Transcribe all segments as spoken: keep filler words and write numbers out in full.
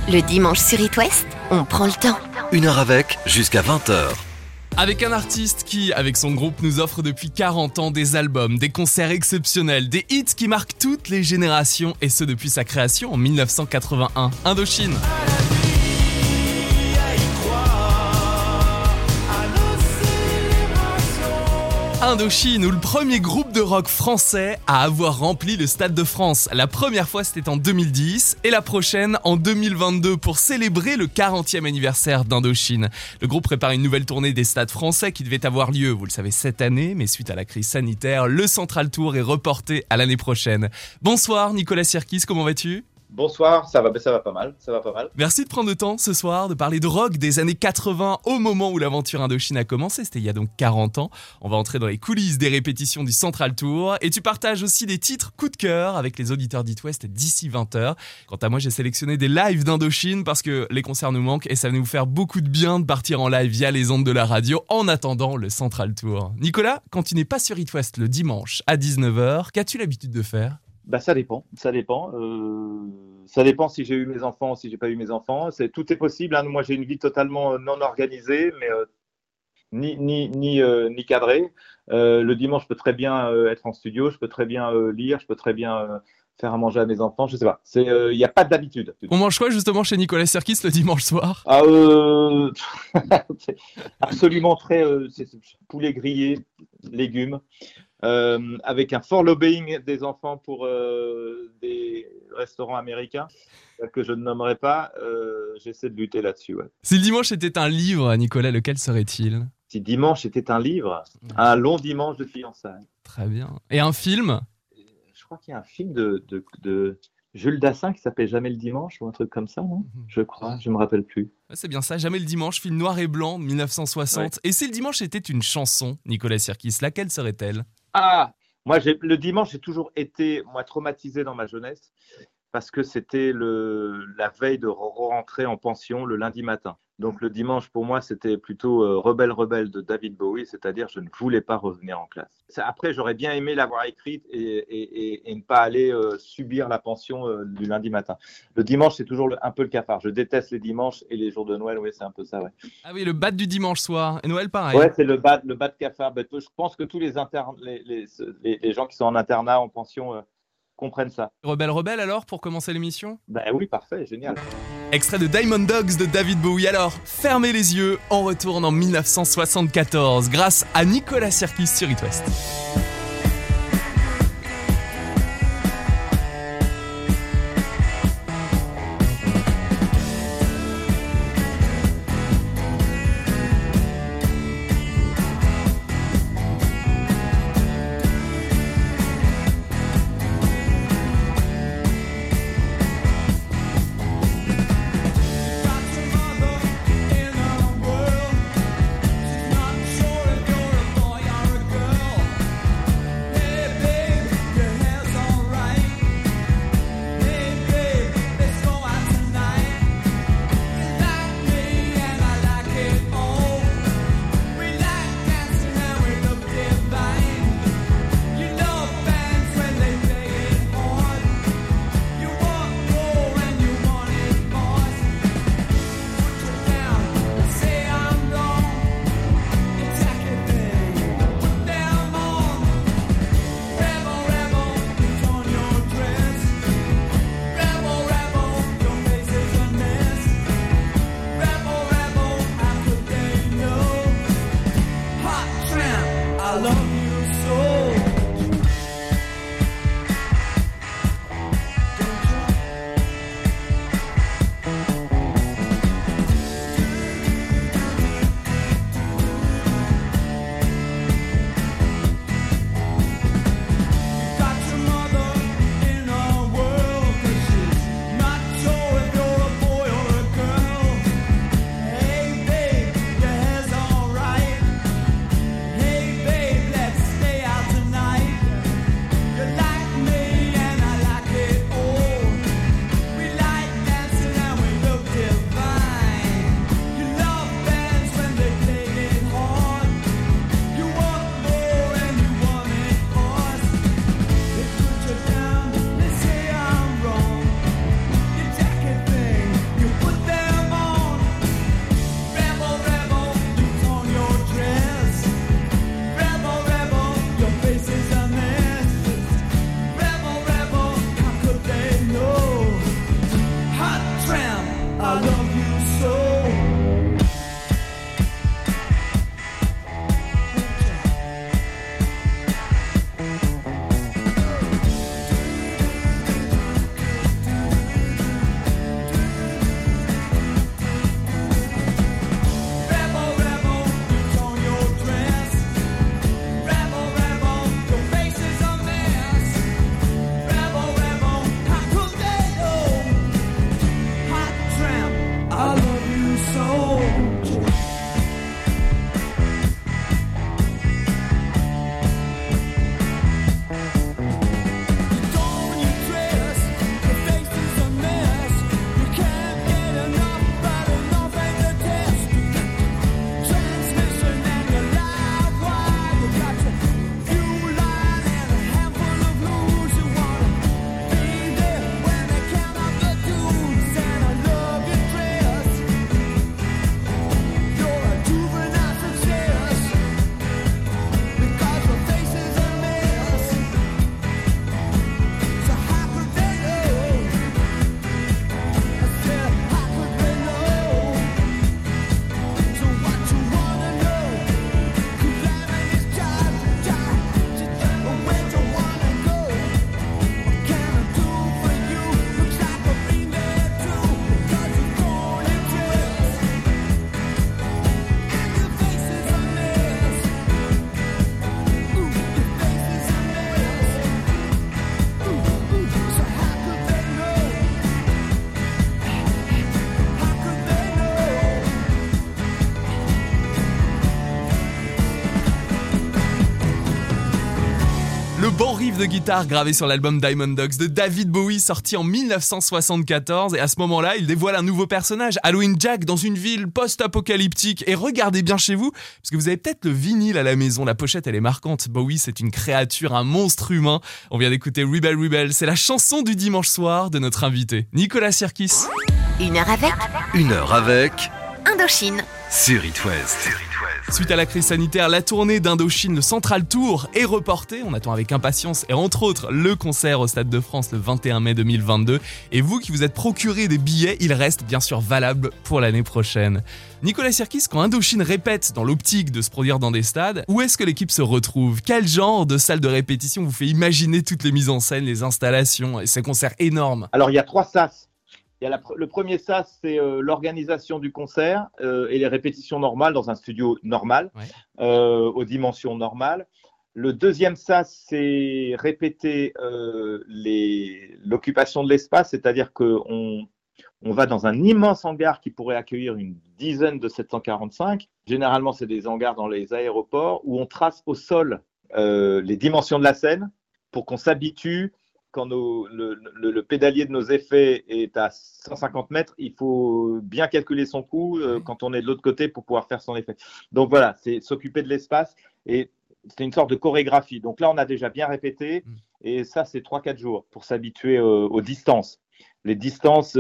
Le dimanche sur It West, on prend le temps. Une heure avec, jusqu'à vingt heures. Avec un artiste qui, avec son groupe, nous offre depuis quarante ans des albums, des concerts exceptionnels, des hits qui marquent toutes les générations, et ce depuis sa création en dix-neuf cent quatre-vingt-un. Indochine. Indochine, ou le premier groupe de rock français à avoir rempli le Stade de France. La première fois, c'était en deux mille dix et la prochaine en deux mille vingt-deux pour célébrer le quarantième anniversaire d'Indochine. Le groupe prépare une nouvelle tournée des stades français qui devait avoir lieu, vous le savez, cette année, mais suite à la crise sanitaire, le Central Tour est reporté à l'année prochaine. Bonsoir Nicolas Sirkis, comment vas-tu ? Bonsoir, ça va, ça va pas mal, ça va pas mal. Merci de prendre le temps ce soir de parler de rock des années quatre-vingts au moment où l'aventure Indochine a commencé, c'était il y a donc quarante ans. On va entrer dans les coulisses des répétitions du Central Tour et tu partages aussi des titres coup de cœur avec les auditeurs d'It West d'ici vingt heures. Quant à moi, j'ai sélectionné des lives d'Indochine parce que les concerts nous manquent et ça va nous faire beaucoup de bien de partir en live via les ondes de la radio en attendant le Central Tour. Nicolas, quand tu n'es pas sur It West le dimanche à dix-neuf heures, qu'as-tu l'habitude de faire ? Bah ça dépend, ça dépend. Euh, ça dépend si j'ai eu mes enfants ou si j'ai pas eu mes enfants. C'est, tout est possible. Hein. Moi, j'ai une vie totalement non organisée, mais euh, ni ni ni euh, ni cadrée. Euh, le dimanche, je peux très bien euh, être en studio, je peux très bien euh, lire, je peux très bien euh, faire à manger à mes enfants. Je sais pas. C'est, il euh, y a pas d'habitude. On mange quoi justement chez Nicolas Sirkis le dimanche soir ? Ah, euh, c'est absolument très euh, c'est, c'est poulet grillé, légumes. Euh, avec un fort lobbying des enfants pour euh, des restaurants américains que je ne nommerai pas, euh, j'essaie de lutter là-dessus. Ouais. Si le dimanche était un livre, Nicolas, lequel serait-il ? Si dimanche était un livre, un long dimanche de fiançailles. Très bien. Et un film ? Je crois qu'il y a un film de, de, de Jules Dassin qui s'appelle Jamais le dimanche ou un truc comme ça, non ? Je crois, je ne me rappelle plus. C'est bien ça, Jamais le dimanche, film noir et blanc de dix-neuf cent soixante. Ouais. Et si le dimanche était une chanson, Nicolas Sirkis, laquelle serait-elle ? Ah, moi, j'ai, le dimanche, j'ai toujours été moi, traumatisé dans ma jeunesse parce que c'était le, la veille de rentrer en pension le lundi matin. Donc, le dimanche, pour moi, c'était plutôt euh, Rebelle, Rebelle de David Bowie, c'est-à-dire je ne voulais pas revenir en classe. Après, j'aurais bien aimé l'avoir écrite et, et, et, et ne pas aller euh, subir la pension euh, du lundi matin. Le dimanche, c'est toujours le, un peu le cafard. Je déteste les dimanches et les jours de Noël, oui, c'est un peu ça, ouais. Ah oui, le bad du dimanche soir. Et Noël, pareil. Ouais, c'est le bad, le bad cafard. Je pense que tous les, interne, les, les, les, les gens qui sont en internat, en pension, euh, comprennent ça. Rebelle, Rebelle alors, pour commencer l'émission ? Ben oui, parfait, génial. Extrait de Diamond Dogs de David Bowie. Alors, fermez les yeux, on retourne en dix-neuf cent soixante-quatorze grâce à Nicolas Sirkis sur It West. de guitare gravé sur l'album Diamond Dogs de David Bowie sorti en dix-neuf cent soixante-quatorze et à ce moment-là, il dévoile un nouveau personnage, Halloween Jack, dans une ville post-apocalyptique. Et regardez bien chez vous, parce que vous avez peut-être le vinyle à la maison, la pochette elle est marquante. Bowie c'est une créature, un monstre humain. On vient d'écouter Rebel Rebel, c'est la chanson du dimanche soir de notre invité, Nicolas Sirkis. Une heure avec Une heure avec Indochine. sur It West. Suite à la crise sanitaire, la tournée d'Indochine, le Central Tour, est reportée. On attend avec impatience et entre autres le concert au Stade de France le vingt et un mai deux mille vingt-deux. Et vous qui vous êtes procuré des billets, ils restent bien sûr valables pour l'année prochaine. Nicolas Sirkis, quand Indochine répète dans l'optique de se produire dans des stades, où est-ce que l'équipe se retrouve ? Quel genre de salle de répétition vous fait imaginer toutes les mises en scène, les installations et ces concerts énormes ? Alors, il y a trois sas. Il y a la, le premier sas, c'est euh, l'organisation du concert euh, et les répétitions normales dans un studio normal, Ouais. euh, aux dimensions normales. Le deuxième sas, c'est répéter euh, les, l'occupation de l'espace, c'est-à-dire qu'on on va dans un immense hangar qui pourrait accueillir une dizaine de sept cent quarante-cinq. Généralement, c'est des hangars dans les aéroports où on trace au sol euh, les dimensions de la scène pour qu'on s'habitue. Quand nos, le, le, le pédalier de nos effets est à cent cinquante mètres, il faut bien calculer son coût euh, quand on est de l'autre côté pour pouvoir faire son effet. Donc voilà, c'est s'occuper de l'espace et c'est une sorte de chorégraphie. Donc là, on a déjà bien répété et ça, c'est trois quatre jours pour s'habituer euh, aux distances. Les distances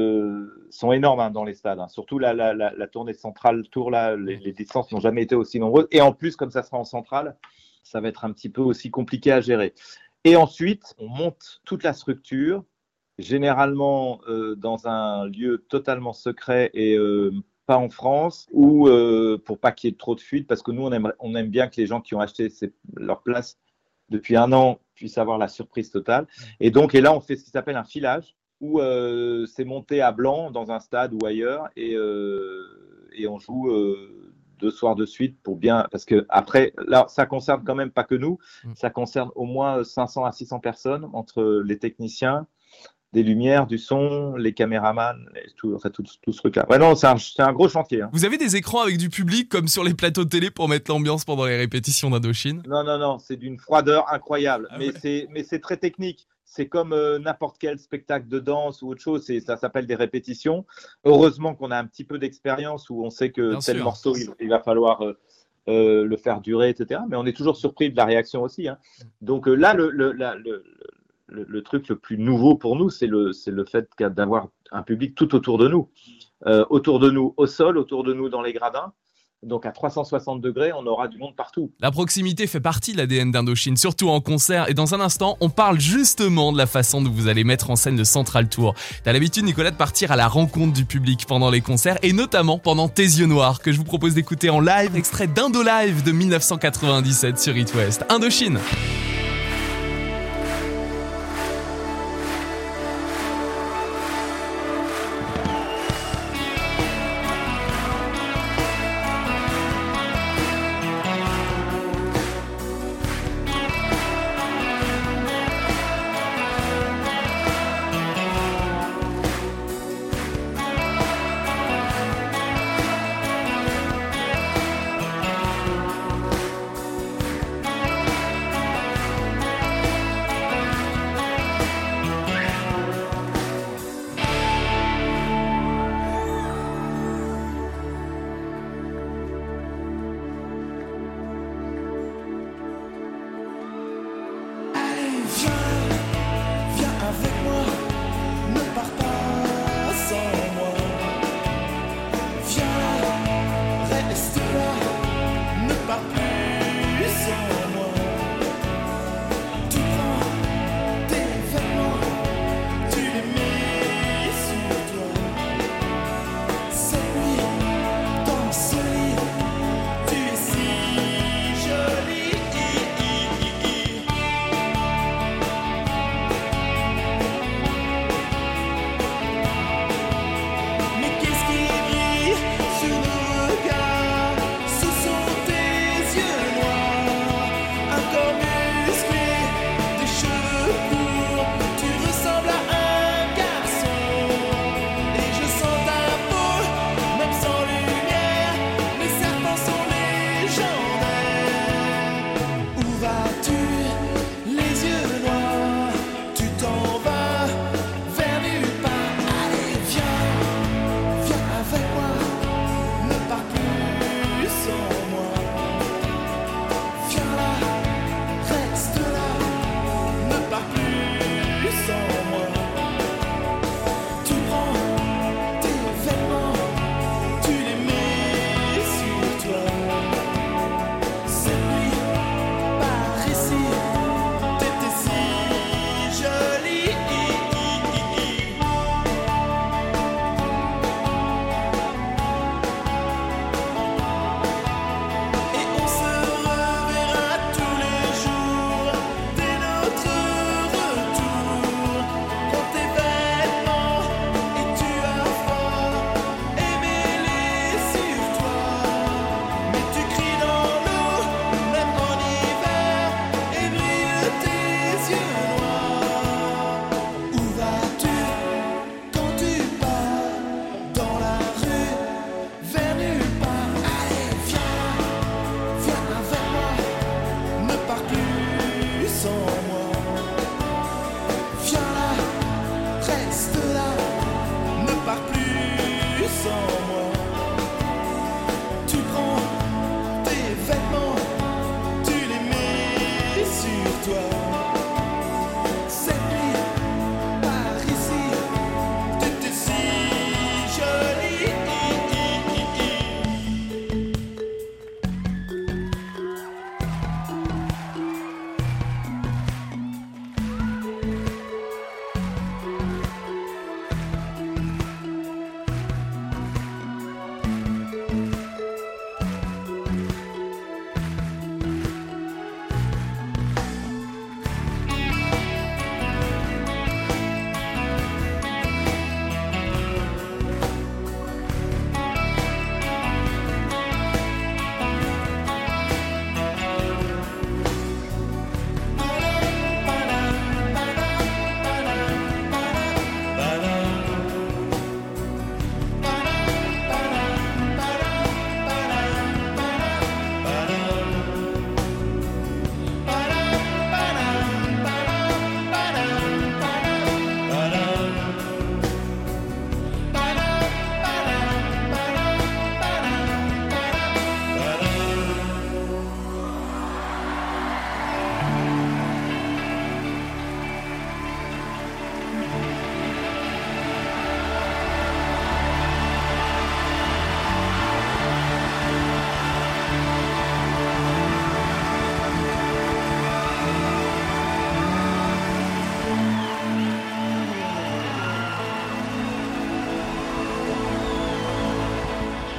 euh, sont énormes hein, dans les stades, hein. Surtout la, la, la, la tournée centrale tour, là, les, les distances n'ont jamais été aussi nombreuses. Et en plus, comme ça sera en centrale, ça va être un petit peu aussi compliqué à gérer. Et ensuite, on monte toute la structure, généralement euh, dans un lieu totalement secret et euh, pas en France, ou euh, pour pas qu'il y ait trop de fuites, parce que nous, on aime, on aime bien que les gens qui ont acheté ces, leur place depuis un an puissent avoir la surprise totale. Et donc, et là, on fait ce qui s'appelle un filage, où euh, c'est monté à blanc dans un stade ou ailleurs, et, euh, et on joue... Euh, deux soirs de suite pour bien, parce que après, là, ça concerne quand même pas que nous, ça concerne au moins cinq cents à six cents personnes entre les techniciens, des lumières, du son, les caméramans, et tout, enfin, tout, tout ce truc-là. Ouais, non, c'est un, c'est un gros chantier. Hein. Vous avez des écrans avec du public comme sur les plateaux de télé pour mettre l'ambiance pendant les répétitions d'Indochine ? Non, non, non, c'est d'une froideur incroyable, Ah mais, ouais. c'est, mais c'est très technique. C'est comme euh, n'importe quel spectacle de danse ou autre chose, c'est, ça s'appelle des répétitions. Heureusement qu'on a un petit peu d'expérience où on sait que Bien tel sûr. morceau, il, il va falloir euh, euh, le faire durer, et cetera. Mais on est toujours surpris de la réaction aussi. Hein. Donc euh, là, le, le, la, le, le, le truc le plus nouveau pour nous, c'est le, c'est le fait d'avoir un public tout autour de nous. Euh, autour de nous au sol, autour de nous dans les gradins. Donc à trois cent soixante degrés, on aura du monde partout. La proximité fait partie de l'A D N d'Indochine, surtout en concert. Et dans un instant, on parle justement de la façon dont vous allez mettre en scène le Central Tour. T'as l'habitude, Nicolas, de partir à la rencontre du public pendant les concerts et notamment pendant Tes yeux noirs, que je vous propose d'écouter en live, extrait d'Indo Live de dix-neuf cent quatre-vingt-dix-sept sur It West. Indochine.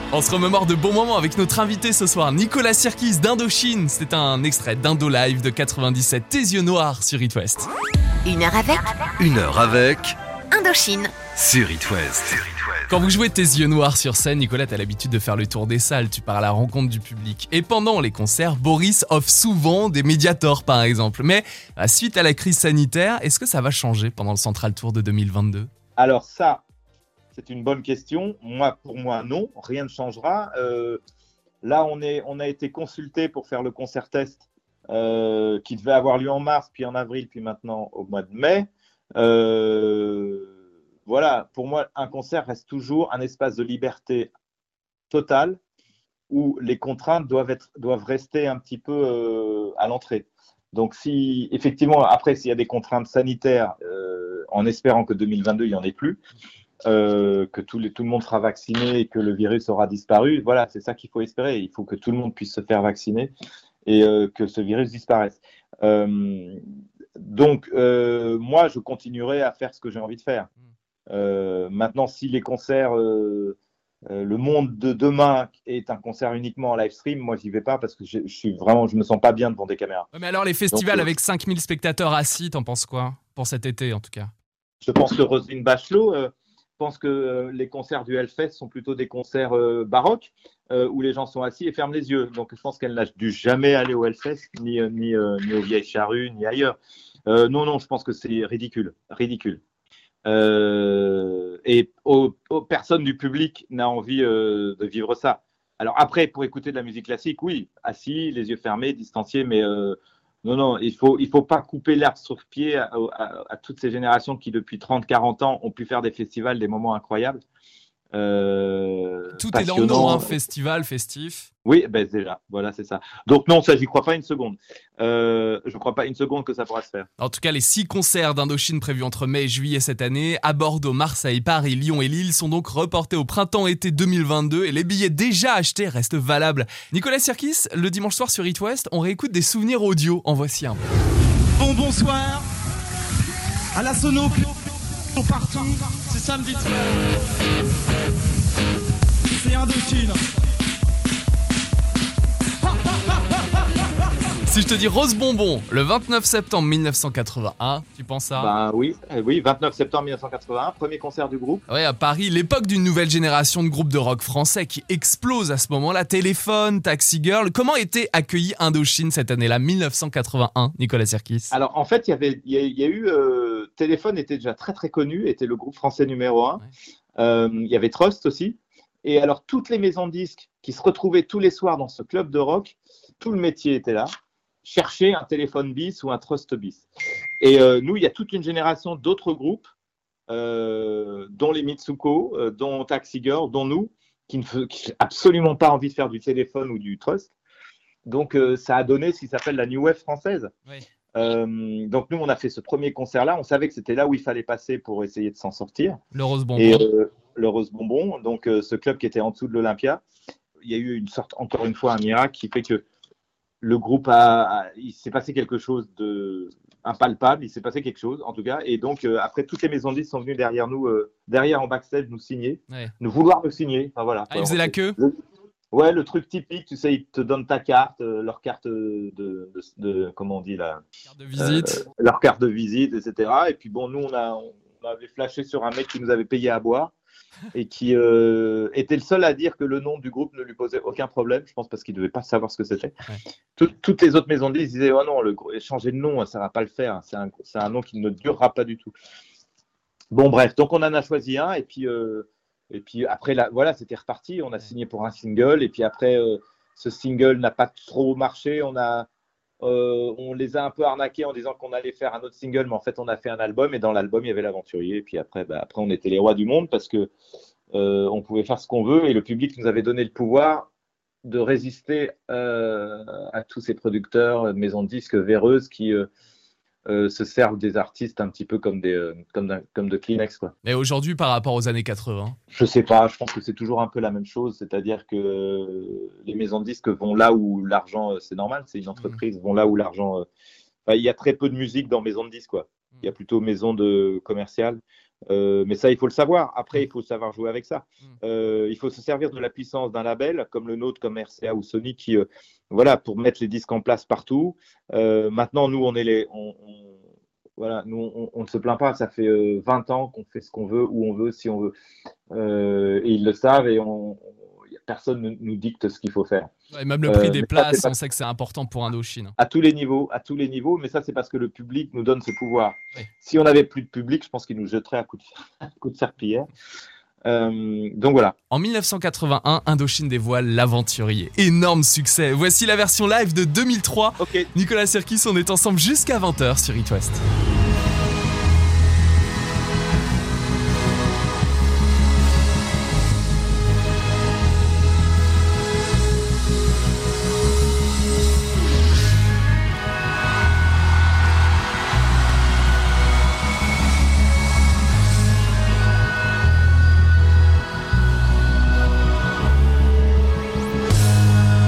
On se remémore de bons moments avec notre invité ce soir, Nicolas Sirkis d'Indochine. C'est un extrait d'Indo Live de quatre-vingt-dix-sept, Tes yeux noirs sur It West. Une heure avec Une heure avec Indochine. sur It West. Quand vous jouez Tes yeux noirs sur scène, Nicolas, t'as l'habitude de faire le tour des salles, tu pars à la rencontre du public. Et pendant les concerts, Boris offre souvent des Mediator par exemple. Mais suite à la crise sanitaire, est-ce que ça va changer pendant le Central Tour de deux mille vingt-deux ? Alors ça, c'est une bonne question. Moi, pour moi, non, rien ne changera. Euh, là, on, est, on a été consulté pour faire le concert test euh, qui devait avoir lieu en mars, puis en avril, puis maintenant au mois de mai. Euh, voilà, pour moi, un concert reste toujours un espace de liberté totale où les contraintes doivent, être, doivent rester un petit peu euh, à l'entrée. Donc, si effectivement, après, s'il y a des contraintes sanitaires, euh, en espérant que deux mille vingt-deux, il n'y en ait plus, Euh, que tout, les, tout le monde sera vacciné et que le virus aura disparu. Voilà, c'est ça qu'il faut espérer. Il faut que tout le monde puisse se faire vacciner et euh, que ce virus disparaisse. Euh, donc, euh, moi, je continuerai à faire ce que j'ai envie de faire. Euh, maintenant, si les concerts, euh, euh, le monde de demain est un concert uniquement en live stream, moi, j'y vais pas parce que je, je suis vraiment, je me sens pas bien devant des caméras. Mais alors, les festivals donc, euh, avec cinq mille spectateurs assis, t'en penses quoi ? Pour cet été, en tout cas. Je pense que Roselyne Bachelot euh, pense que euh, les concerts du Hellfest sont plutôt des concerts euh, baroques euh, où les gens sont assis et ferment les yeux. Donc, je pense qu'elle n'a dû jamais aller au Hellfest, ni, euh, ni, euh, ni aux Vieilles Charrues, ni ailleurs. Euh, non, non, je pense que c'est ridicule. Ridicule. Euh, et aux, aux personnes du public n'a envie euh, de vivre ça. Alors, après, pour écouter de la musique classique, oui, assis, les yeux fermés, distanciés, mais. Euh, Non, non, il ne faut, il faut pas couper l'herbe sur le pied à, à, à toutes ces générations qui, depuis trente quarante ans, ont pu faire des festivals, des moments incroyables. Euh, Tout est dans le nom, hein, festival, festif. Oui, ben déjà, voilà, c'est ça. Donc non, ça, j'y crois pas une seconde. Euh, je ne crois pas une seconde que ça pourra se faire. En tout cas, les six concerts d'Indochine prévus entre mai et juillet cette année, à Bordeaux, Marseille, Paris, Lyon et Lille, sont donc reportés au printemps-été deux mille vingt-deux et les billets déjà achetés restent valables. Nicolas Sirkis, le dimanche soir sur It West, on réécoute des souvenirs audio. En voici un. Bon bonsoir à la sono partout, c'est samedi soir. C'est Indochine. Si je te dis Rose Bonbon, le vingt-neuf septembre mille neuf cent quatre-vingt-un, tu penses à ? Ben oui, oui, vingt-neuf septembre mille neuf cent quatre-vingt-un, premier concert du groupe. Ouais, à Paris, l'époque d'une nouvelle génération de groupes de rock français qui explose à ce moment-là. Téléphone, Taxi Girl. Comment était accueilli Indochine cette année-là, mille neuf cent quatre-vingt-un, Nicolas Sirkis ? Alors en fait, il y avait, il y a, il y a eu euh, Téléphone était déjà très très connu, était le groupe français numéro un. Ouais. Euh, il y avait Trust aussi. Et alors toutes les maisons de disques qui se retrouvaient tous les soirs dans ce club de rock, tout le métier était là. Chercher un téléphone bis ou un Trust bis. Et euh, nous, il y a toute une génération d'autres groupes, euh, dont les Mitsuko, euh, dont Taxi Girl, dont nous, qui n'ont absolument pas envie de faire du téléphone ou du Trust. Donc, euh, ça a donné ce qui s'appelle la New Wave française. Oui. Euh, donc, nous, on a fait ce premier concert-là. On savait que c'était là où il fallait passer pour essayer de s'en sortir. Le Rose Bonbon. Et, euh, le Rose Bonbon, donc euh, ce club qui était en dessous de l'Olympia. Il y a eu une sorte, encore une fois, un miracle qui fait que le groupe a, a il s'est passé quelque chose de impalpable, il s'est passé quelque chose en tout cas, et donc euh, après toutes les maisons de disques sont venues derrière nous, euh, derrière en backstage nous signer, ouais. nous vouloir nous signer, enfin voilà. Ah, ils faisaient la queue. Le, ouais, le truc typique, tu sais, ils te donnent ta carte, euh, leur carte de, de, de, de, comment on dit là, carte de visite, euh, leur carte de visite, et cetera. Et puis bon, nous on a, on avait flashé sur un mec qui nous avait payé à boire. Et qui euh, était le seul à dire que le nom du groupe ne lui posait aucun problème, je pense parce qu'il ne devait pas savoir ce que c'était. Ouais. Tout, toutes les autres maisons de disques disaient « Oh non, le, changer de nom, ça ne va pas le faire, c'est un, c'est un nom qui ne durera pas du tout. » Bon bref, donc on en a choisi un, et puis, euh, et puis après, la, voilà, c'était reparti, on a signé pour un single, et puis après, euh, ce single n'a pas trop marché, on a... Euh, on les a un peu arnaqués en disant qu'on allait faire un autre single, mais en fait on a fait un album et dans l'album il y avait l'aventurier, et puis après, bah, après on était les rois du monde parce que euh, on pouvait faire ce qu'on veut et le public nous avait donné le pouvoir de résister euh, à tous ces producteurs, maisons de disques véreuses qui euh, euh, se servent des artistes un petit peu comme, des, euh, comme, comme de Kleenex, quoi. Mais aujourd'hui par rapport aux années quatre-vingts, je sais pas, je pense que c'est toujours un peu la même chose, c'est-à-dire que les maisons de disques vont là où l'argent, c'est normal, c'est une entreprise, mmh. vont là où l'argent... Euh, bah, il y a très peu de musique dans maison de disques, quoi. Il y a plutôt maison de commerciale. Euh, mais ça, il faut le savoir. Après, il faut savoir jouer avec ça. Euh, il faut se servir de la puissance d'un label comme le nôtre, comme R C A ou Sony, qui, euh, voilà, pour mettre les disques en place partout. Euh, maintenant, nous, on est les, on, on, voilà, nous, on, on ne se plaint pas. Ça fait euh, vingt ans qu'on fait ce qu'on veut, où on veut, si on veut. Euh, et ils le savent et on, on, personne ne nous dicte ce qu'il faut faire. Ouais, même le prix Euh, des mais places, ça, on sait que c'est important pour Indochine. À tous les niveaux, à tous les niveaux, mais ça, c'est parce que le public nous donne ce pouvoir. Oui. Si on n'avait plus de public, je pense qu'il nous jetterait à coups de, à coups de serpillière. Euh, donc voilà. En dix-neuf cent quatre-vingt-un, Indochine dévoile L'Aventurier. Énorme succès. Voici la version live de deux mille trois. Ok. Nicolas Sirkis, on est ensemble jusqu'à vingt heures sur It West.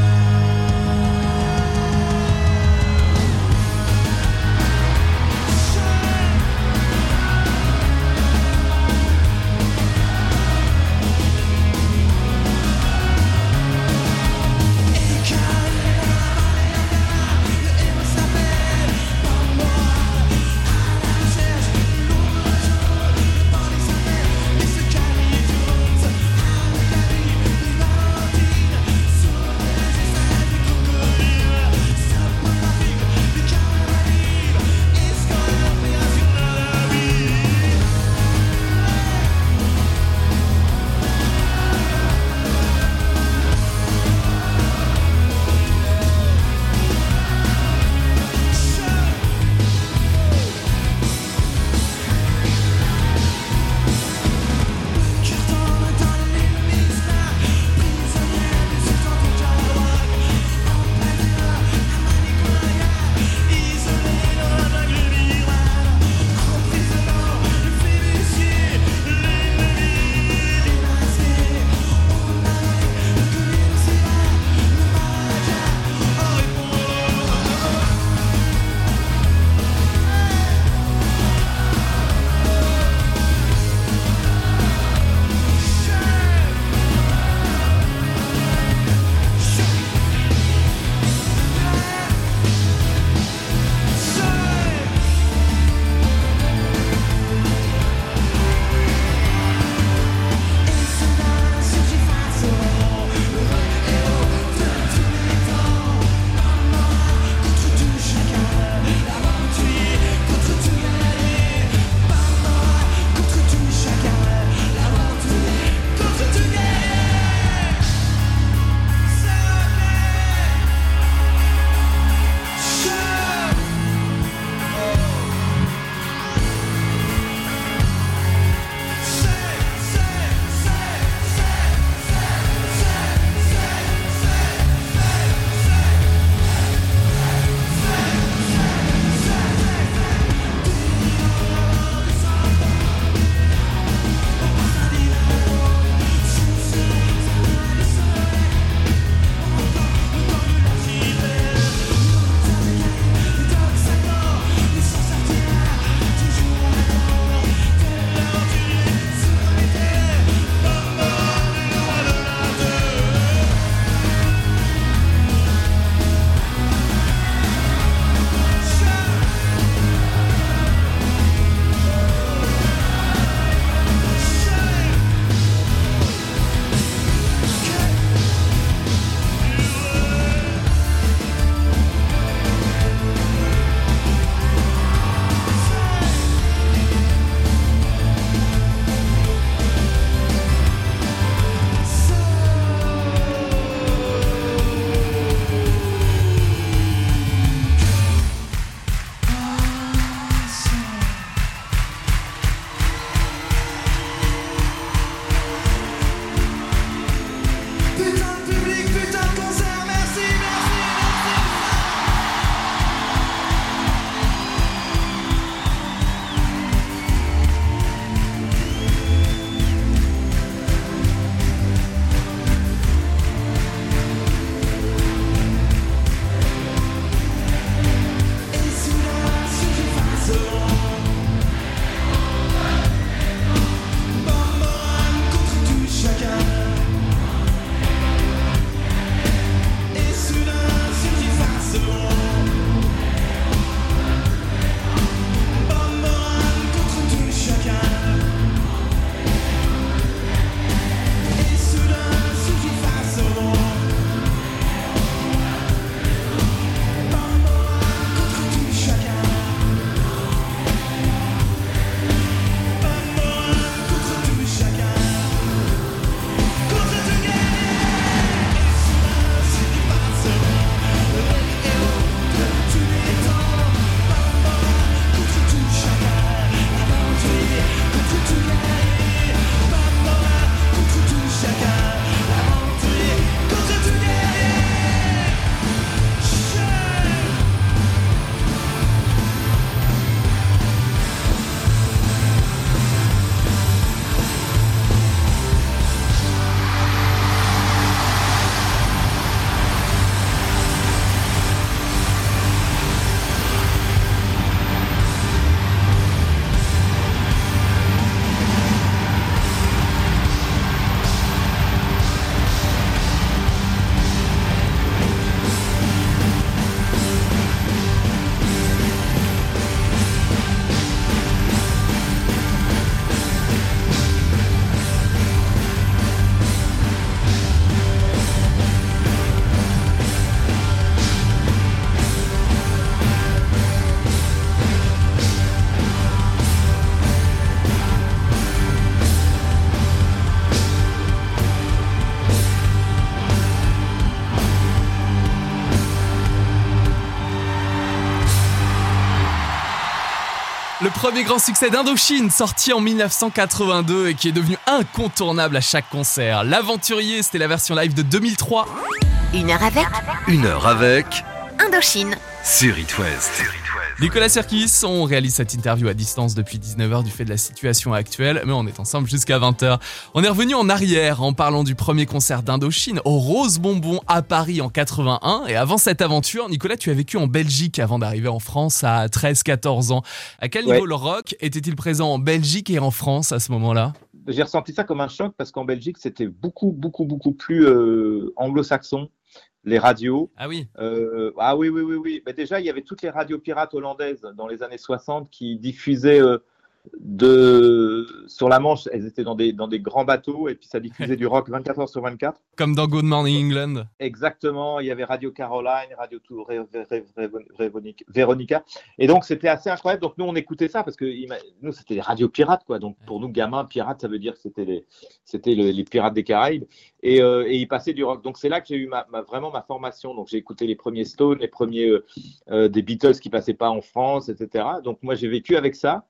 Show Le premier grand succès d'Indochine, sorti en dix-neuf cent quatre-vingt-deux et qui est devenu incontournable à chaque concert. L'Aventurier, c'était la version live de deux mille trois. Une heure avec Une heure avec Indochine. sur It West. Nicolas Sirkis, on réalise cette interview à distance depuis dix-neuf heures du fait de la situation actuelle, mais on est ensemble jusqu'à vingt heures. On est revenu en arrière en parlant du premier concert d'Indochine au Rose Bonbon à Paris en quatre-vingt-un. Et avant cette aventure, Nicolas, tu as vécu en Belgique avant d'arriver en France à treize quatorze ans. À quel niveau Ouais. le rock était-il présent en Belgique et en France à ce moment-là ? J'ai ressenti ça comme un choc parce qu'en Belgique, c'était beaucoup, beaucoup, beaucoup plus euh, anglo-saxon. Les radios. Ah oui. Euh, ah oui, oui, oui, oui. Mais déjà, il y avait toutes les radios pirates hollandaises dans les années soixante qui diffusaient euh, de... sur la Manche. Elles étaient dans des, dans des grands bateaux et puis ça diffusait du rock vingt-quatre heures sur vingt-quatre. Comme dans Good Morning England. Exactement. Il y avait Radio Caroline, Radio Tour, Ré- Ré- Ré- Ré- Ré- Véronica. Et donc, c'était assez incroyable. Donc, nous, on écoutait ça parce que ima- nous, c'était des radios pirates, quoi. Donc, pour nous, gamins, pirates, ça veut dire que c'était les, c'était le- les pirates des Caraïbes. Et, euh, et ils passaient du rock. Donc, c'est là que j'ai eu ma, ma- vraiment ma formation. Donc, j'ai écouté les premiers Stones, les premiers euh, euh, des Beatles qui passaient pas en France, et cetera. Donc, moi, j'ai vécu avec ça.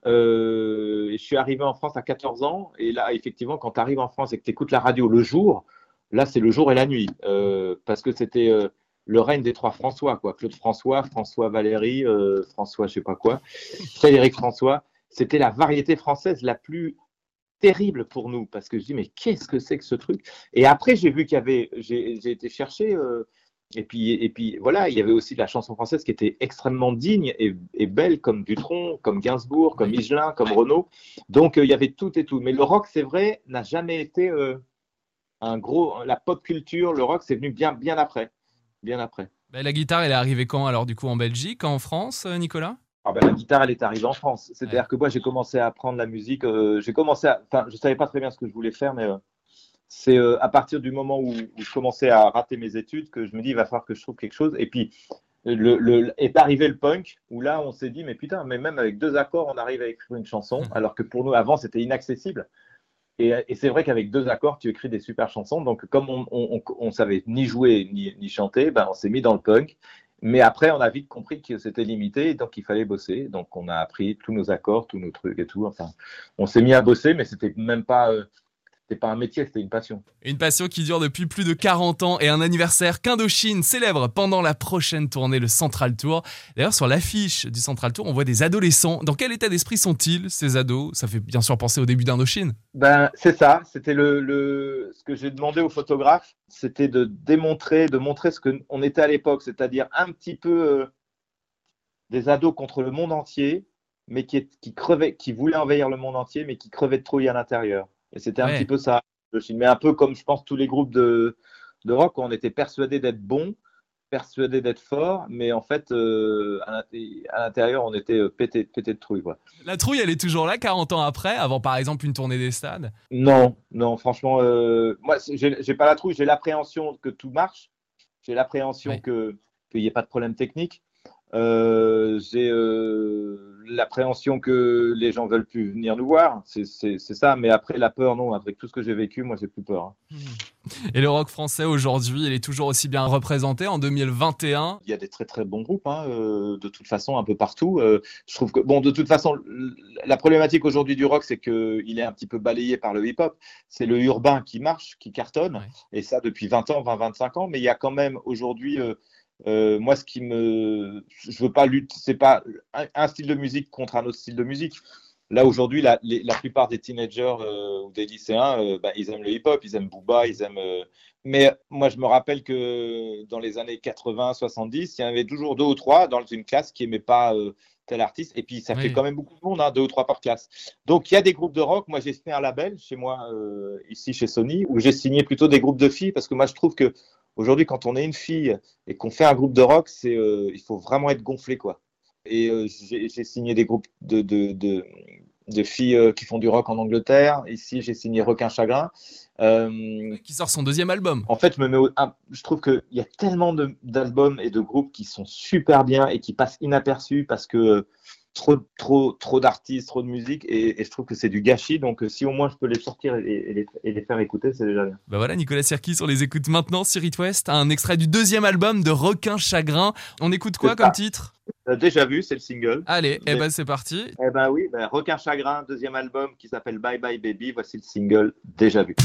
Euh, et je suis arrivé en France à quatorze ans. Et là, effectivement, quand tu arrives en France et que tu écoutes la radio le jour, là, c'est le jour et la nuit. Euh, parce que c'était euh, le règne des trois François, quoi. Claude François, François Valéry, euh, François, je sais pas quoi, Frédéric François. C'était la variété française la plus terrible pour nous. Parce que je dis, mais qu'est-ce que c'est que ce truc? Et après, j'ai vu qu'il y avait, j'ai, j'ai été chercher. Euh, Et puis, et puis voilà, il y avait aussi de la chanson française qui était extrêmement digne et, et belle, comme Dutronc, comme Gainsbourg, comme Higelin, comme Renaud. Donc, euh, il y avait tout et tout. Mais le rock, c'est vrai, n'a jamais été euh, un gros. La pop culture, le rock, c'est venu bien, bien après. Bien après. Bah, la guitare, elle est arrivée quand alors du coup en Belgique, en France, euh, Nicolas ? Ah ben, la guitare, elle est arrivée en France. C'est-à-dire Ouais. que moi, j'ai commencé à apprendre la musique. Euh, j'ai commencé à. Enfin, je savais pas très bien ce que je voulais faire, mais. Euh, C'est euh, à partir du moment où, où je commençais à rater mes études que je me dis il va falloir que je trouve quelque chose. Et puis le, le, est arrivé le punk où là on s'est dit mais putain, mais même avec deux accords on arrive à écrire une chanson alors que pour nous avant c'était inaccessible. Et, et c'est vrai qu'avec deux accords tu écris des super chansons. Donc comme on on, on, on savait ni jouer ni, ni chanter, ben on s'est mis dans le punk. Mais après on a vite compris que c'était limité et donc il fallait bosser. Donc on a appris tous nos accords, tous nos trucs et tout. Enfin on s'est mis à bosser mais c'était même pas euh, C'était pas un métier, c'était une passion. Une passion qui dure depuis plus de quarante ans et un anniversaire qu'Indochine célèbre pendant la prochaine tournée, le Central Tour. D'ailleurs, sur l'affiche du Central Tour, on voit des adolescents. Dans quel état d'esprit sont-ils, ces ados ? Ça fait bien sûr penser au début d'Indochine. Ben, c'est ça, c'était le, le, ce que j'ai demandé au photographe, c'était de démontrer, de montrer ce qu'on était à l'époque, c'est-à-dire un petit peu euh, des ados contre le monde entier, mais qui, qui, crevaient, qui voulaient envahir le monde entier, mais qui crevaient de trouille à l'intérieur. Et c'était un Ouais. petit peu ça. Mais un peu comme, je pense, tous les groupes de, de rock, où on était persuadés d'être bons, persuadés d'être forts, mais en fait, euh, à l'intérieur, on était pété, pété de trouille. Quoi. La trouille, elle est toujours là, quarante ans après, avant par exemple une tournée des stades. Non, non, franchement, euh, moi, j'ai, j'ai pas la trouille, j'ai l'appréhension que tout marche, j'ai l'appréhension Ouais. que qu'il n'y ait pas de problème technique. Euh, j'ai euh, l'appréhension que les gens veulent plus venir nous voir, c'est, c'est, c'est ça. Mais après la peur, non. Avec tout ce que j'ai vécu, moi, j'ai plus peur. Hein. Et le rock français aujourd'hui, il est toujours aussi bien représenté en deux mille vingt et un. Il y a des très très bons groupes, hein, euh, de toute façon, un peu partout. Euh, je trouve que bon, de toute façon, la problématique aujourd'hui du rock, c'est que il est un petit peu balayé par le hip-hop. C'est le urbain qui marche, qui cartonne, Ouais. et ça depuis vingt ans, vingt, vingt-cinq ans. Mais il y a quand même aujourd'hui. Euh, Euh, moi, ce qui me, je veux pas lutter, c'est pas un, un style de musique contre un autre style de musique. Là aujourd'hui, la, les, la plupart des teenagers euh, ou des lycéens, euh, bah, ils aiment le hip-hop, ils aiment Booba, ils aiment. Euh... Mais moi, je me rappelle que dans les années quatre-vingts, soixante-dix, il y en avait toujours deux ou trois dans une classe qui aimaient pas euh, tel artiste. Et puis, ça Oui. fait quand même beaucoup de monde, hein, deux ou trois par classe. Donc, il y a des groupes de rock. Moi, j'ai signé un label chez moi, euh, ici chez Sony, où j'ai signé plutôt des groupes de filles parce que moi, je trouve que aujourd'hui, quand on est une fille et qu'on fait un groupe de rock, c'est, euh, il faut vraiment être gonflé, quoi. Et euh, j'ai, j'ai signé des groupes de, de, de, de filles euh, qui font du rock en Angleterre. Ici, j'ai signé Requin Chagrin. Euh, Qui sort son deuxième album. en fait, je, me mets au, ah, je trouve qu'il y a tellement de, d'albums et de groupes qui sont super bien et qui passent inaperçus parce que euh, trop, trop, trop d'artistes, trop de musique, et, et je trouve que c'est du gâchis. Donc, euh, si au moins je peux les sortir et, et, les, et les faire écouter, c'est déjà bien. Bah voilà, Nicolas Sirkis, on les écoute maintenant sur It West. Un extrait du deuxième album de Requin Chagrin. On écoute quoi C'est comme ça. titre ? Euh, Déjà vu, c'est le single. Allez, Mais- eh ben c'est parti. Eh ben oui, ben, Requin Chagrin, deuxième album qui s'appelle Bye Bye Baby. Voici le single Déjà vu.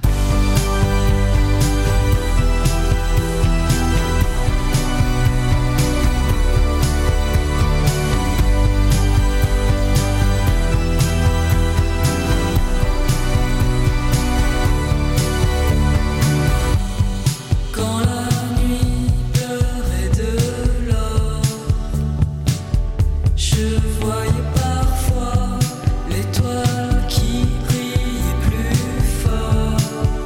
Quand la nuit pleurait de l'or, je voyais parfois l'étoile qui brillait plus fort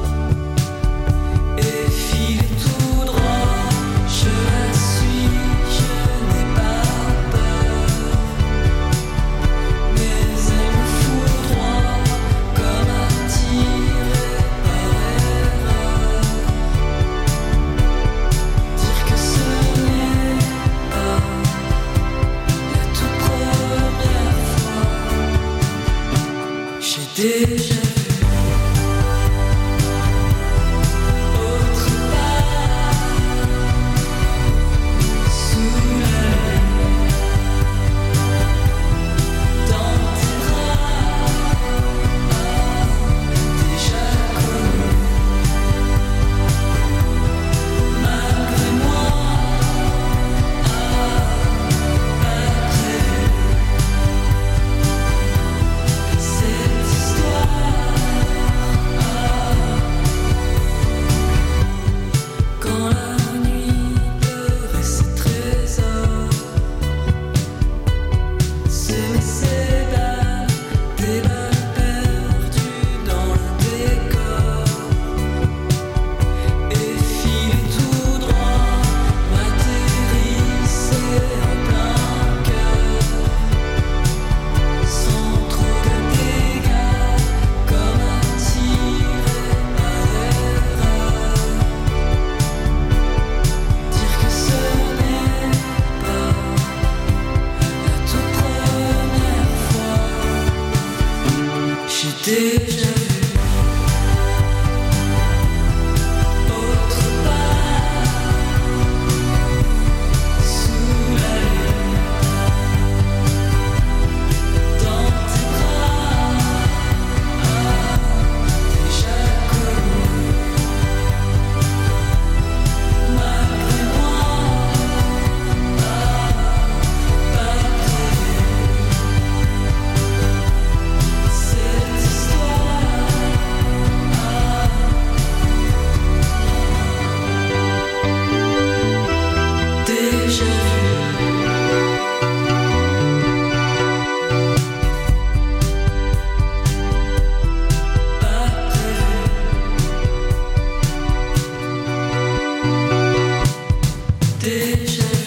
et filait tout droit. Je la suis, je n'ai pas peur, mais elle me foudroie comme attirée par erreur. Dire que ce n'est pas la toute première fois. J'ai déjà vu autre part sous la lune, dans tes bras déjà connus. Malgré moi, pas prévu. Cette histoire, quand la nuit pleurait ses trésors, semait ses balles, des balles perdues dans le décor, et filait tout droit, m'atterrissait en plein cœur, sans trop de dégâts, comme attiré par erreur. Dire que ce n'est pas la toute première fois. J'ai déjà vu autre part sous la lune, dans tes bras déjà connus. Malgré moi, pas prévu. Cette histoire, déjà vu. Pas prévu. Déjà vu.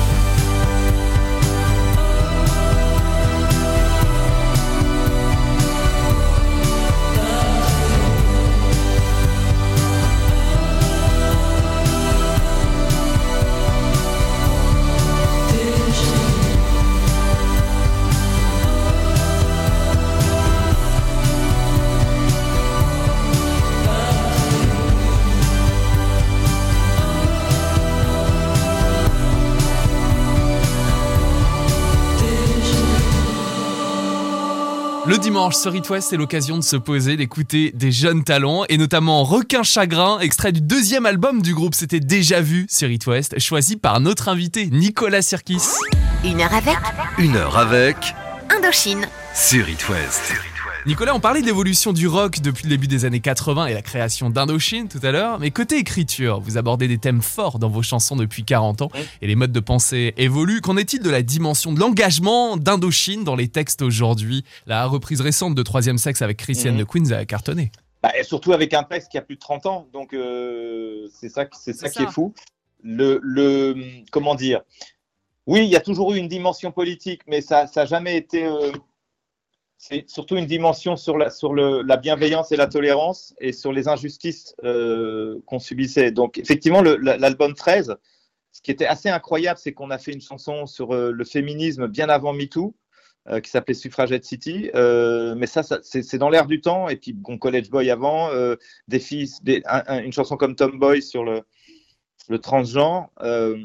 Le dimanche sur It West, c'est l'occasion de se poser, d'écouter des jeunes talents et notamment Requin Chagrin, extrait du deuxième album du groupe, c'était Déjà vu sur It West, choisi par notre invité Nicolas Sirkis. Une heure avec Une heure avec Indochine. sur It West. Nicolas, on parlait de l'évolution du rock depuis le début des années quatre-vingts et la création d'Indochine tout à l'heure, mais côté écriture, vous abordez des thèmes forts dans vos chansons depuis quarante ans et les modes de pensée évoluent. Qu'en est-il de la dimension de l'engagement d'Indochine dans les textes aujourd'hui? La reprise récente de Troisième Sexe avec Christiane Mhm. de Queens a cartonné. Bah, et surtout avec un texte qui a plus de trente ans, donc euh, c'est ça, c'est ça C'est qui ça. est fou. Le, le, comment dire? Oui, il y a toujours eu une dimension politique, mais ça n'a jamais été. Euh, c'est surtout une dimension sur, la, sur le, la bienveillance et la tolérance et sur les injustices euh, qu'on subissait. Donc, effectivement, le, l'album treize, ce qui était assez incroyable, c'est qu'on a fait une chanson sur euh, le féminisme bien avant MeToo, euh, qui s'appelait Suffragette City. Euh, mais ça, ça c'est, c'est dans l'air du temps. Et puis, bon, College Boy avant, euh, des filles, des, un, un, une chanson comme Tomboy sur le, le transgenre. Euh,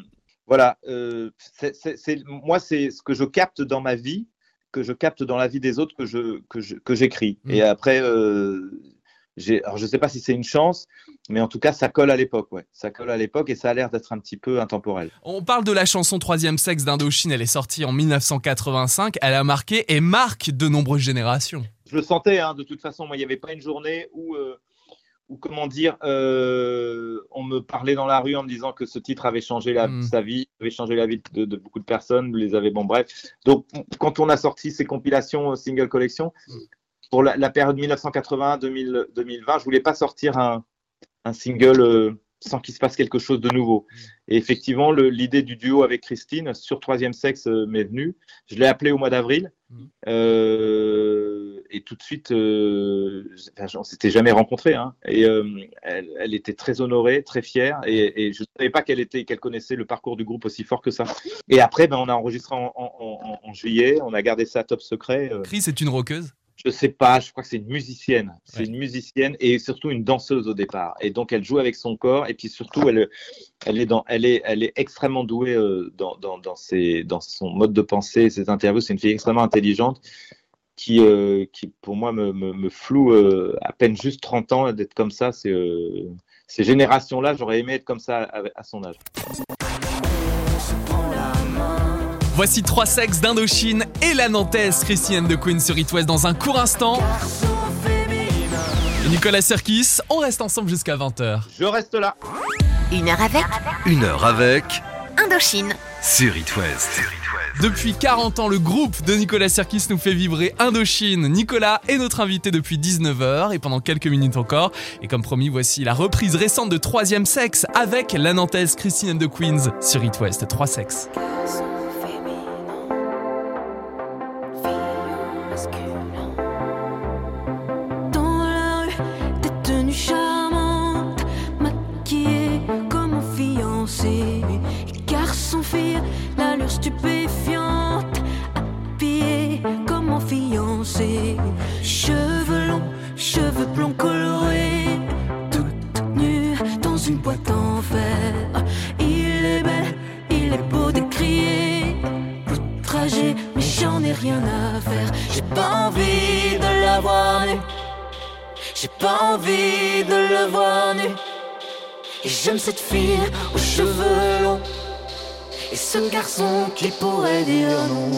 Voilà, euh, c'est, c'est, c'est, moi, c'est ce que je capte dans ma vie, que je capte dans la vie des autres, que, je, que, je, que j'écris. Mmh. Et après, euh, j'ai, alors je ne sais pas si c'est une chance, mais en tout cas, ça colle à l'époque. Ouais. Ça colle à l'époque et ça a l'air d'être un petit peu intemporel. On parle de la chanson Troisième Sexe d'Indochine. Elle est sortie en dix-neuf cent quatre-vingt-cinq. Elle a marqué et marque de nombreuses générations. Je le sentais, hein, de toute façon. Moi, il n'y avait pas une journée où... Euh, ou comment dire, euh, on me parlait dans la rue en me disant que ce titre avait changé la, mmh. sa vie, avait changé la vie de, de beaucoup de personnes, les avait, bon bref. Donc, quand on a sorti ces compilations single collection, mmh. pour la, la période dix-neuf cent quatre-vingt à deux mille vingt, je voulais pas sortir un, un single euh, sans qu'il se passe quelque chose de nouveau. Mmh. Et effectivement, le, l'idée du duo avec Christine sur Troisième Sexe euh, m'est venue. Je l'ai appelé au mois d'avril. Mmh. Euh, et tout de suite, euh, on ne s'était jamais rencontrés. Hein, et euh, elle, elle était très honorée, très fière. Et, et je ne savais pas qu'elle, était, qu'elle connaissait le parcours du groupe aussi fort que ça. Et après, ben, on a enregistré en, en, en, en juillet. On a gardé ça top secret. Euh, Chris est une rockeuse? Je sais pas, je crois que c'est une musicienne. C'est ouais. une musicienne et surtout une danseuse au départ. Et donc, elle joue avec son corps. Et puis surtout, elle, elle, est, dans, elle, est, elle est extrêmement douée euh, dans, dans, dans, ses, dans son mode de pensée et ses interviews. C'est une fille extrêmement intelligente qui, euh, qui pour moi, me, me, me floue euh, à peine juste trente ans d'être comme ça. C'est, euh, ces générations-là, j'aurais aimé être comme ça à, à son âge. Voici Trois Sexes d'Indochine et la Nantaise Christine and the Queens sur It West dans un court instant. Et Nicolas Sirkis, on reste ensemble jusqu'à vingt heures. Je reste là. Une heure avec Une heure avec Indochine sur It West. Depuis quarante ans, le groupe de Nicolas Sirkis nous fait vibrer Indochine. Nicolas est notre invité depuis dix-neuf heures et pendant quelques minutes encore. Et comme promis, voici la reprise récente de Troisième Sexe avec la Nantaise Christine and the Queens sur It West. Trois Sexes. Stupéfiante, habillée comme mon fiancé. Cheveux longs, cheveux blonds colorés, toute nue dans une boîte en fer. Il est bel, il est beau de crier, outragé, mais j'en ai rien à faire. J'ai pas envie de la voir nue, j'ai pas envie de le voir nu. Et j'aime cette fille aux cheveux longs et ce garçon qui pourrait dire non.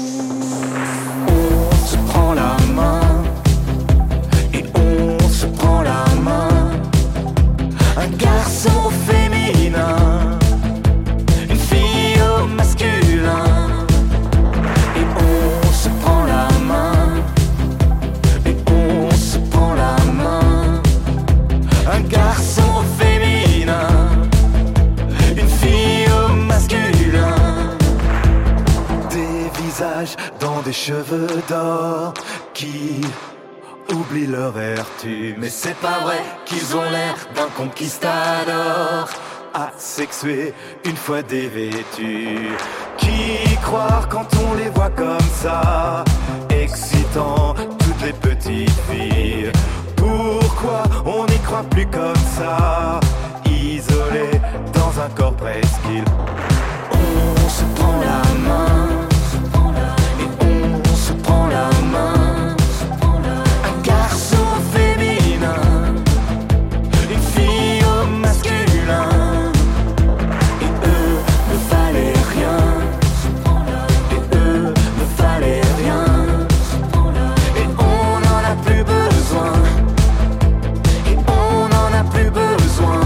On se prend la main et on se prend la main. Un garçon féminin, une fille au masculin. Et on se prend la main et on se prend la main. Un garçon féminin, une fille au masculin. Dans des cheveux d'or qui oublient leur vertu. Mais c'est pas vrai qu'ils ont l'air d'un conquistador asexué une fois dévêtus. Qui croire quand on les voit comme ça, excitant toutes les petites filles? Pourquoi on n'y croit plus comme ça, isolé dans un corps presqu'île? On se prend la main la main, un garçon féminin, une fille au masculin. Et eux ne valaient rien, et eux ne valaient rien. Et on n'en a plus besoin, et on n'en a plus besoin.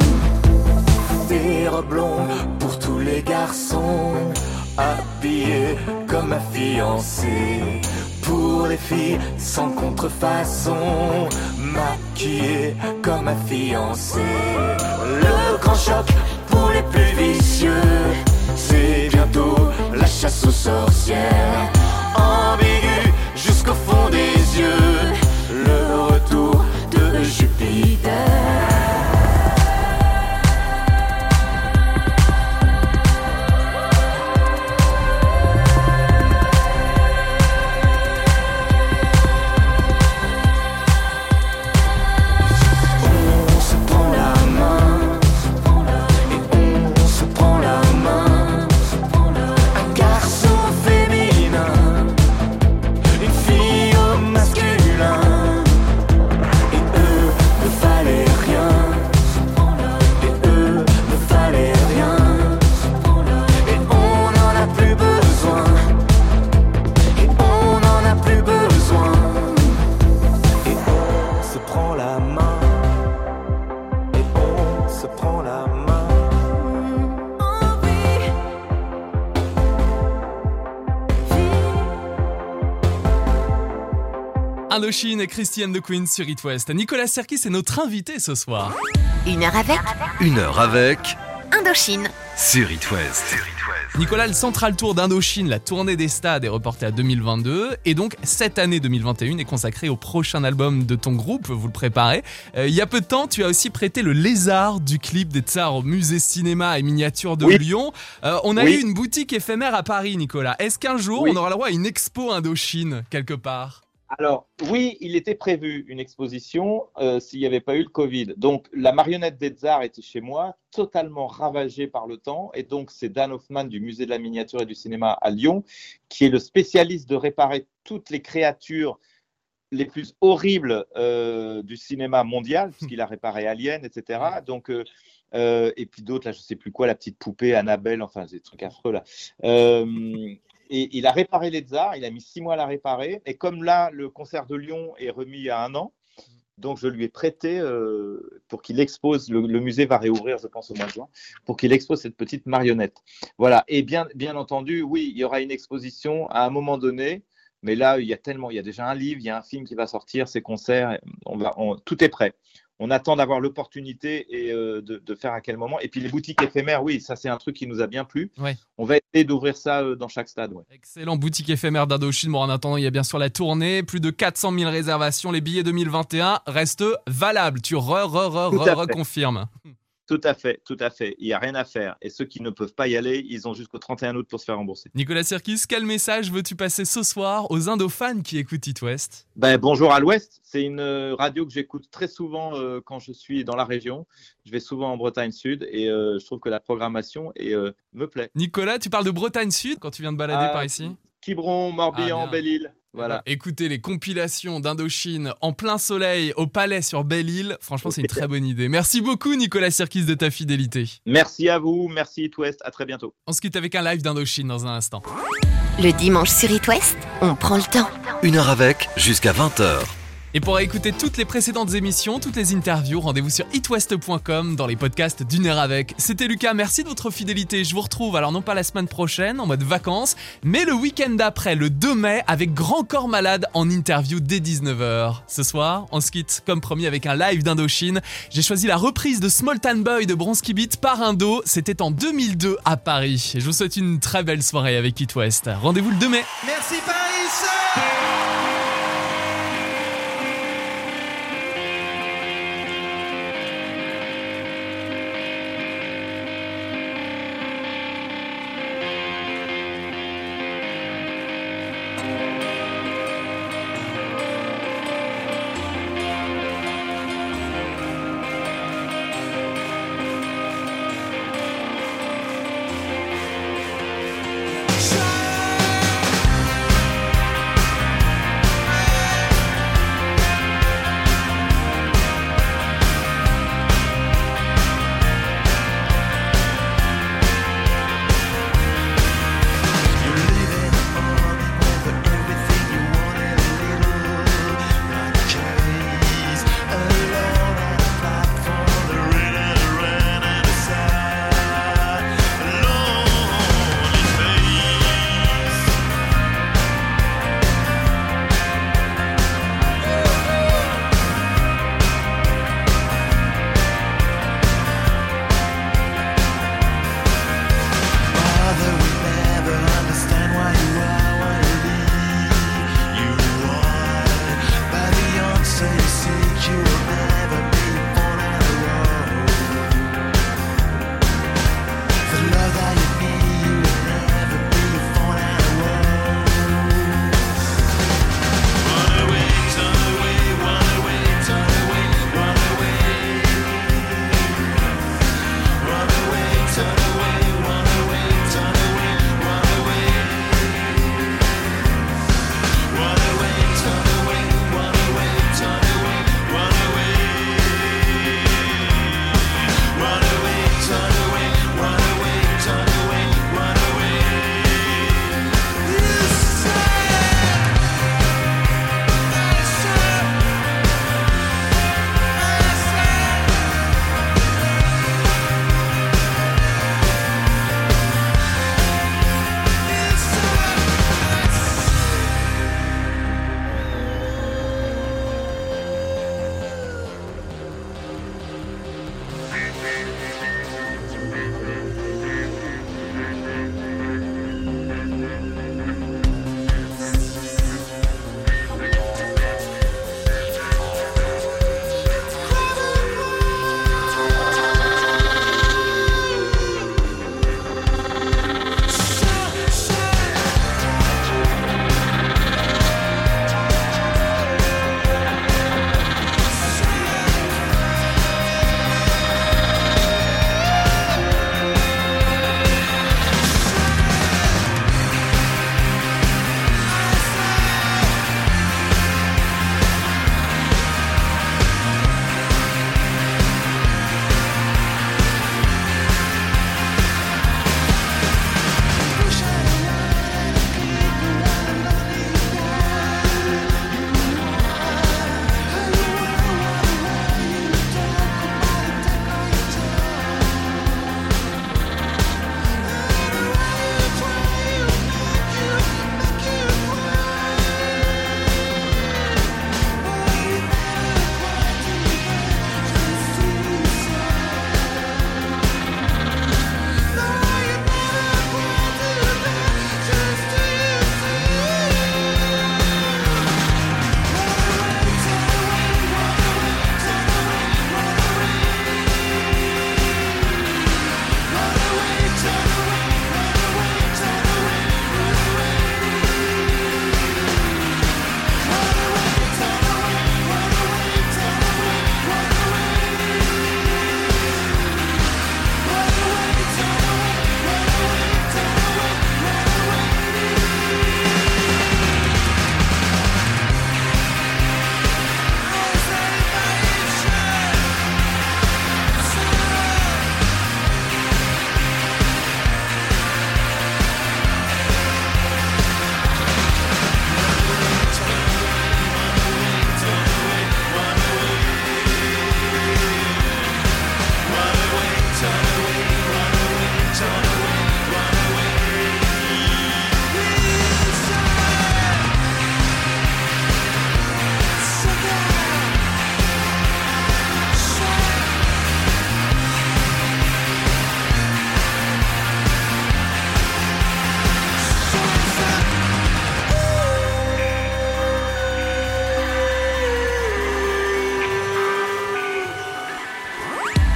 Des robes blondes pour tous les garçons, habillés comme ma fiancée. Pour les filles sans contrefaçon, maquillées comme ma fiancée. Le grand choc pour les plus vicieux, c'est bientôt la chasse aux sorcières. Ambigu jusqu'au fond des yeux, le retour de Jupiter. Main Indochine et Christian de Queen sur It West. Nicolas Sirkis est notre invité ce soir. Une heure avec Une heure avec Indochine. sur It West. Nicolas, le Central Tour d'Indochine, la tournée des stades est reportée à deux mille vingt-deux et donc cette année deux mille vingt et un est consacrée au prochain album de ton groupe, vous le préparez. Euh, il y a peu de temps, tu as aussi prêté le lézard du clip des Tsars au musée cinéma et miniatures de Oui. Lyon. Euh, on a Oui. eu une boutique éphémère à Paris, Nicolas. Est-ce qu'un jour Oui. on aura le droit à une expo Indochine quelque part ? Alors, oui, il était prévu une exposition euh, s'il n'y avait pas eu le Covid. Donc, la marionnette des Tsars était chez moi, totalement ravagée par le temps. Et donc, c'est Dan Hoffman du Musée de la Miniature et du Cinéma à Lyon, qui est le spécialiste de réparer toutes les créatures les plus horribles euh, du cinéma mondial, puisqu'il a réparé Alien, et cetera. Donc, euh, euh, et puis d'autres, là, je ne sais plus quoi, la petite poupée Annabelle, enfin, des trucs affreux, là. Euh, Et il a réparé les Tsars, il a mis six mois à la réparer. Et comme là, le concert de Lyon est remis il y a un an, donc je lui ai prêté euh, pour qu'il expose, le, le musée va réouvrir, je pense, au mois de juin, pour qu'il expose cette petite marionnette. Voilà. Et bien, bien entendu, oui, il y aura une exposition à un moment donné, mais là, il y a tellement, il y a déjà un livre, il y a un film qui va sortir, ces concerts, on va, on, tout est prêt. On attend d'avoir l'opportunité et euh, de, de faire à quel moment. Et puis les boutiques éphémères, oui, ça c'est un truc qui nous a bien plu. Ouais. On va essayer d'ouvrir ça euh, dans chaque stade. Ouais. Excellent, boutique éphémère d'Indochine. Bon, en attendant, il y a bien sûr la tournée. Plus de quatre cent mille réservations. Les billets deux mille vingt et un restent valables. Tu re, re, re, Tout re, à re, fait. confirmes. Tout à fait, tout à fait. Il n'y a rien à faire. Et ceux qui ne peuvent pas y aller, ils ont jusqu'au trente et un août pour se faire rembourser. Nicolas Sirkis, quel message veux-tu passer ce soir aux Indofans qui écoutent It West ? Ben, bonjour à l'Ouest. C'est une euh, radio que j'écoute très souvent euh, quand je suis dans la région. Je vais souvent en Bretagne Sud et euh, je trouve que la programmation et, euh, me plaît. Nicolas, tu parles de Bretagne Sud quand tu viens de balader Ah, par ici ? Quiberon, Morbihan, Ah, bien. Belle-Île. Voilà. Écoutez les compilations d'Indochine en plein soleil au Palais sur Belle-Île. Franchement, c'est une très bonne idée. Merci beaucoup, Nicolas Sirkis, de ta fidélité. Merci à vous. Merci It West. À très bientôt. On se quitte avec un live d'Indochine dans un instant. Le dimanche sur It West, on prend le temps. Une heure avec jusqu'à vingt heures. Et pour écouter toutes les précédentes émissions, toutes les interviews, rendez-vous sur itwest point com dans les podcasts d'Une heure avec. C'était Lucas, merci de votre fidélité. Je vous retrouve, alors non pas la semaine prochaine, en mode vacances, mais le week-end d'après, le deux mai, avec Grand Corps Malade en interview dès dix-neuf heures. Ce soir, on se quitte comme promis avec un live d'Indochine. J'ai choisi la reprise de Small Town Boy de Bronski Beat par Indo. C'était en deux mille deux à Paris. Et je vous souhaite une très belle soirée avec It West. Rendez-vous le deux mai. Merci Paris.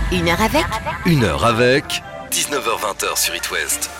Une heure avec Une heure avec dix-neuf heures vingt sur It West.